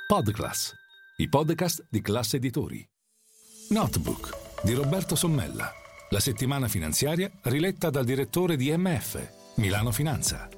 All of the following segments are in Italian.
Podclass, i podcast di Classe Editori. Notebook di Roberto Sommella, la settimana finanziaria riletta dal direttore di MF, Milano Finanza.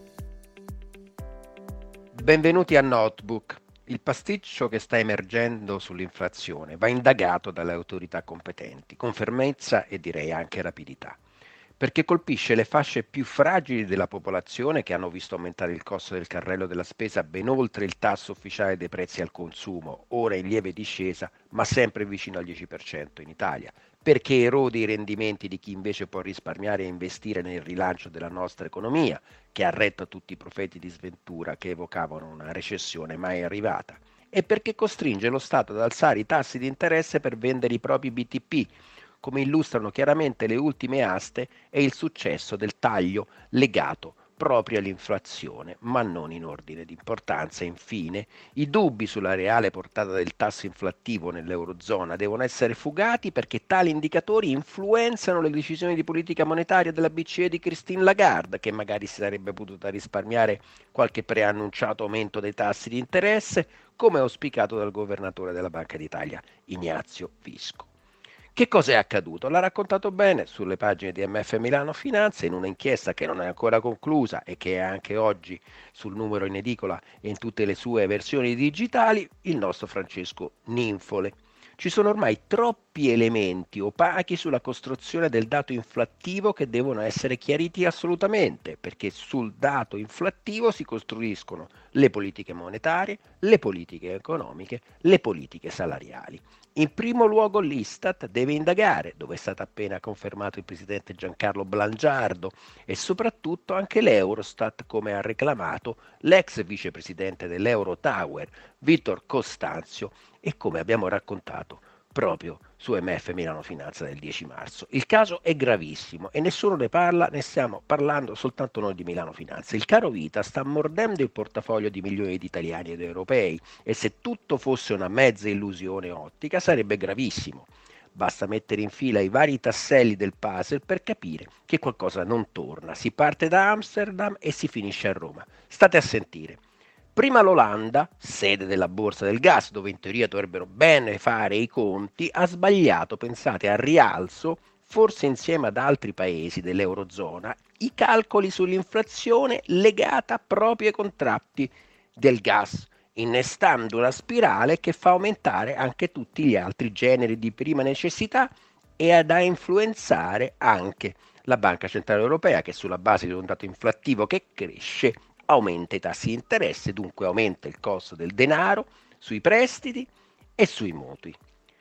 Benvenuti a Notebook. Il pasticcio che sta emergendo sull'inflazione va indagato dalle autorità competenti, con fermezza e direi anche rapidità, perché colpisce le fasce più fragili della popolazione che hanno visto aumentare il costo del carrello della spesa ben oltre il tasso ufficiale dei prezzi al consumo, ora in lieve discesa, ma sempre vicino al 10% in Italia, perché erode i rendimenti di chi invece può risparmiare e investire nel rilancio della nostra economia, che ha retto tutti i profeti di sventura che evocavano una recessione mai arrivata, e perché costringe lo Stato ad alzare i tassi di interesse per vendere i propri BTP, come illustrano chiaramente le ultime aste e il successo del taglio legato proprio all'inflazione, ma non in ordine di importanza. Infine, i dubbi sulla reale portata del tasso inflattivo nell'Eurozona devono essere fugati perché tali indicatori influenzano le decisioni di politica monetaria della BCE di Christine Lagarde, che magari si sarebbe potuta risparmiare qualche preannunciato aumento dei tassi di interesse, come auspicato dal governatore della Banca d'Italia, Ignazio Visco. Che cosa è accaduto? L'ha raccontato bene sulle pagine di MF Milano Finanza in un'inchiesta che non è ancora conclusa e che è anche oggi sul numero in edicola e in tutte le sue versioni digitali il nostro Francesco Ninfole. Ci sono ormai troppi elementi opachi sulla costruzione del dato inflattivo che devono essere chiariti assolutamente, perché sul dato inflattivo si costruiscono le politiche monetarie, le politiche economiche, le politiche salariali. In primo luogo l'Istat deve indagare, dove è stato appena confermato il presidente Giancarlo Blangiardo, e soprattutto anche l'Eurostat, come ha reclamato l'ex vicepresidente dell'Eurotower, Vittor Costanzio, e come abbiamo raccontato proprio su MF Milano Finanza del 10 marzo. Il caso è gravissimo e nessuno ne parla, ne stiamo parlando soltanto noi di Milano Finanza. Il caro vita sta mordendo il portafoglio di milioni di italiani ed europei e se tutto fosse una mezza illusione ottica sarebbe gravissimo. Basta mettere in fila i vari tasselli del puzzle per capire che qualcosa non torna. Si parte da Amsterdam e si finisce a Roma. State a sentire. Prima l'Olanda, sede della borsa del gas, dove in teoria dovrebbero bene fare i conti, ha sbagliato, pensate, al rialzo, forse insieme ad altri paesi dell'Eurozona, i calcoli sull'inflazione legata proprio ai contratti del gas, innestando una spirale che fa aumentare anche tutti gli altri generi di prima necessità e ad a influenzare anche la Banca Centrale Europea, che sulla base di un dato inflattivo che cresce aumenta i tassi di interesse, dunque aumenta il costo del denaro sui prestiti e sui mutui.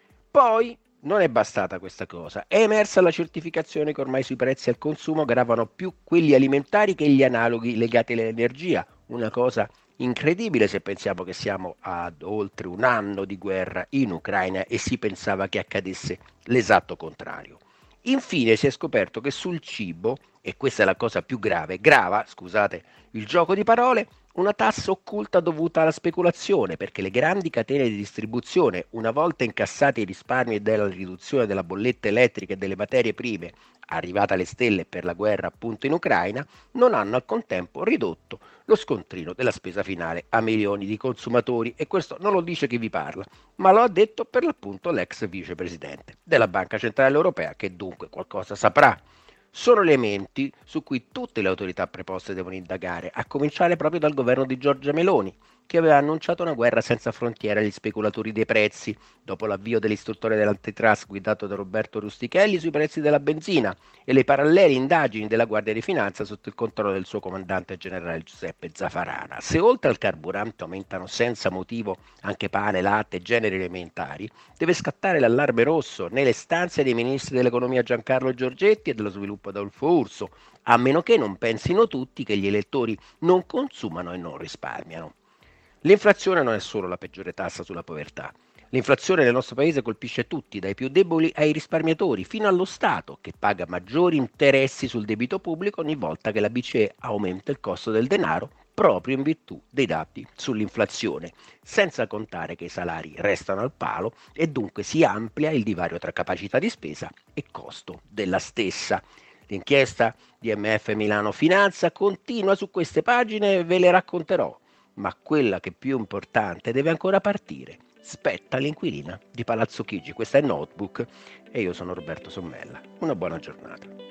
Poi non è bastata questa cosa, è emersa la certificazione che ormai sui prezzi al consumo gravano più quelli alimentari che gli analoghi legati all'energia, una cosa incredibile se pensiamo che siamo ad oltre un anno di guerra in Ucraina e si pensava che accadesse l'esatto contrario. Infine si è scoperto che sul cibo, e questa è la cosa più grave, grava, scusate il gioco di parole, una tassa occulta dovuta alla speculazione, perché le grandi catene di distribuzione, una volta incassati i risparmi della riduzione della bolletta elettrica e delle materie prime, arrivata alle stelle per la guerra appunto in Ucraina, non hanno al contempo ridotto lo scontrino della spesa finale a milioni di consumatori, e questo non lo dice chi vi parla, ma lo ha detto per l'appunto l'ex vicepresidente della Banca Centrale Europea, che dunque qualcosa saprà. Sono elementi su cui tutte le autorità preposte devono indagare, a cominciare proprio dal governo di Giorgia Meloni, che aveva annunciato una guerra senza frontiere agli speculatori dei prezzi, dopo l'avvio dell'istruttore dell'antitrust guidato da Roberto Rustichelli sui prezzi della benzina e le parallele indagini della Guardia di Finanza sotto il controllo del suo comandante generale Giuseppe Zaffarana. Se oltre al carburante aumentano senza motivo anche pane, latte e generi alimentari, deve scattare l'allarme rosso nelle stanze dei ministri dell'economia Giancarlo Giorgetti e dello sviluppo Adolfo Urso, a meno che non pensino tutti che gli elettori non consumano e non risparmiano. L'inflazione non è solo la peggiore tassa sulla povertà. L'inflazione nel nostro paese colpisce tutti, dai più deboli ai risparmiatori, fino allo Stato, che paga maggiori interessi sul debito pubblico ogni volta che la BCE aumenta il costo del denaro, proprio in virtù dei dati sull'inflazione, senza contare che i salari restano al palo e dunque si amplia il divario tra capacità di spesa e costo della stessa. L'inchiesta di MF Milano Finanza continua su queste pagine e ve le racconterò. ma quella che è più importante deve ancora partire. Spetta all'inquilina di Palazzo Chigi. Questa è Notebook e io sono Roberto Sommella. Una buona giornata.